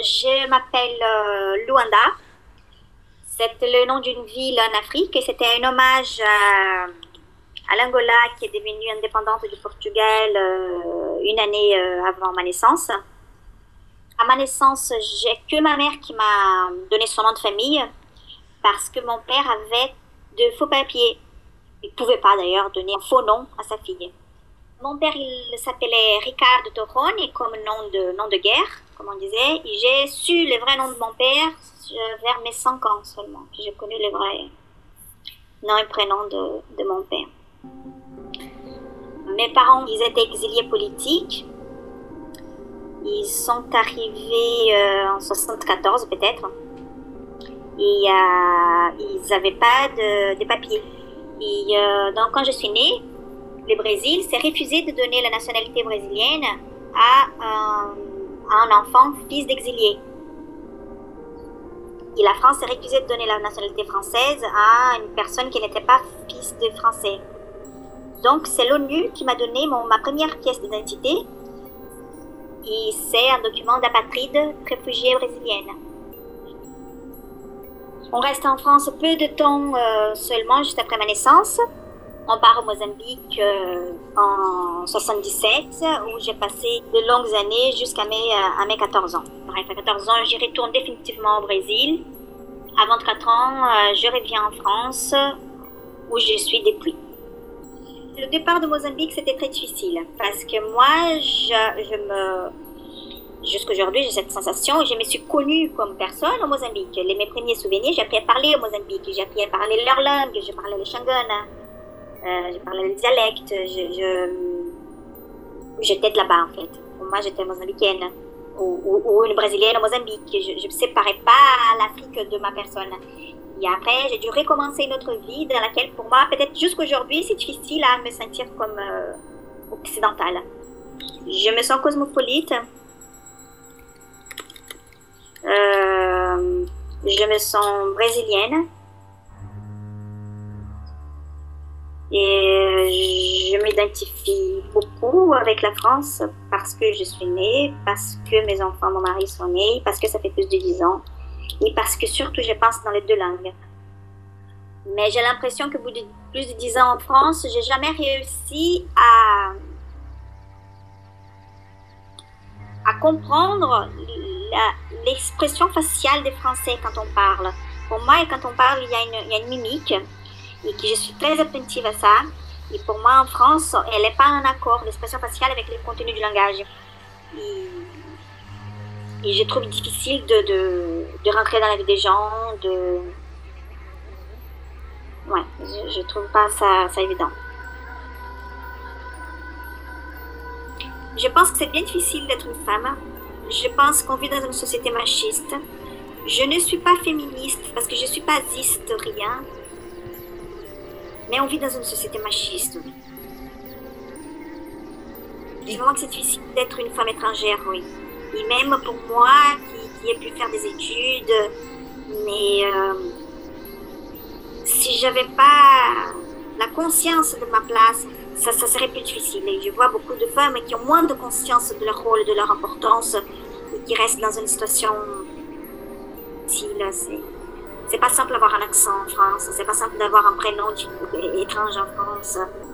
Je m'appelle Luanda. C'est le nom d'une ville en Afrique et c'était un hommage à l'Angola qui est devenue indépendante du Portugal une année avant ma naissance. À ma naissance, j'ai que ma mère qui m'a donné son nom de famille parce que mon père avait de faux papiers. Il ne pouvait pas d'ailleurs donner un faux nom à sa fille. Mon père, il s'appelait Ricardo Torrone, comme nom de guerre, comme on disait. Et j'ai su le vrai nom de mon père vers mes 5 ans seulement. J'ai connu le vrai nom et prénom de mon père. Mes parents, ils étaient exiliés politiques. Ils sont arrivés en 74 peut-être. Et ils n'avaient pas de papiers. Et donc quand je suis née, le Brésil s'est refusé de donner la nationalité brésilienne à un enfant fils d'exilié. Et la France s'est refusée de donner la nationalité française à une personne qui n'était pas fils de Français. Donc c'est l'ONU qui m'a donné ma première pièce d'identité. Et c'est un document d'apatride réfugiée brésilienne. On reste en France peu de temps seulement, juste après ma naissance. On part au Mozambique en 77, où j'ai passé de longues années jusqu'à mes 14 ans. Bref, à 14 ans, j'y retourne définitivement au Brésil. À 24 ans, je reviens en France, où je suis depuis. Le départ de Mozambique, c'était très difficile, parce que moi, jusqu'aujourd'hui, j'ai cette sensation, je me suis connue comme personne au Mozambique. Mes premiers souvenirs, j'ai appris à parler au Mozambique, j'ai appris à parler leur langue, je parlais le Xangana. Je parlais le dialecte, j'étais de là-bas en fait. Pour moi, j'étais mozambicaine ou une brésilienne au Mozambique. Je ne séparais pas l'Afrique de ma personne. Et après, j'ai dû recommencer une autre vie dans laquelle, pour moi, peut-être jusqu'aujourd'hui, c'est difficile à me sentir comme occidentale. Je me sens cosmopolite. Je me sens brésilienne. Et je m'identifie beaucoup avec la France parce que je suis née, parce que mes enfants, mon mari sont nés, parce que ça fait plus de 10 ans et parce que surtout je pense dans les 2 langues. Mais j'ai l'impression que au bout de plus de 10 ans en France, j'ai jamais réussi à comprendre l'expression faciale des Français quand on parle. Pour moi, quand on parle, il y a une mimique. Et que je suis très attentive à ça. Et pour moi, en France, elle n'est pas en accord, l'expression faciale, avec le contenu du langage. Et je trouve difficile de rentrer dans la vie des gens, Ouais, je trouve pas ça évident. Je pense que c'est bien difficile d'être une femme. Je pense qu'on vit dans une société machiste. Je ne suis pas féministe parce que je ne suis pas historien. Mais on vit dans une société machiste, oui. Je pense que c'est difficile d'être une femme étrangère, oui. Et même pour moi, qui ai pu faire des études, mais si j'avais pas la conscience de ma place, ça serait plus difficile. Et je vois beaucoup de femmes qui ont moins de conscience de leur rôle, de leur importance, et qui restent dans une situation difficile. C'est pas simple d'avoir un accent en France, c'est pas simple d'avoir un prénom étrange en France.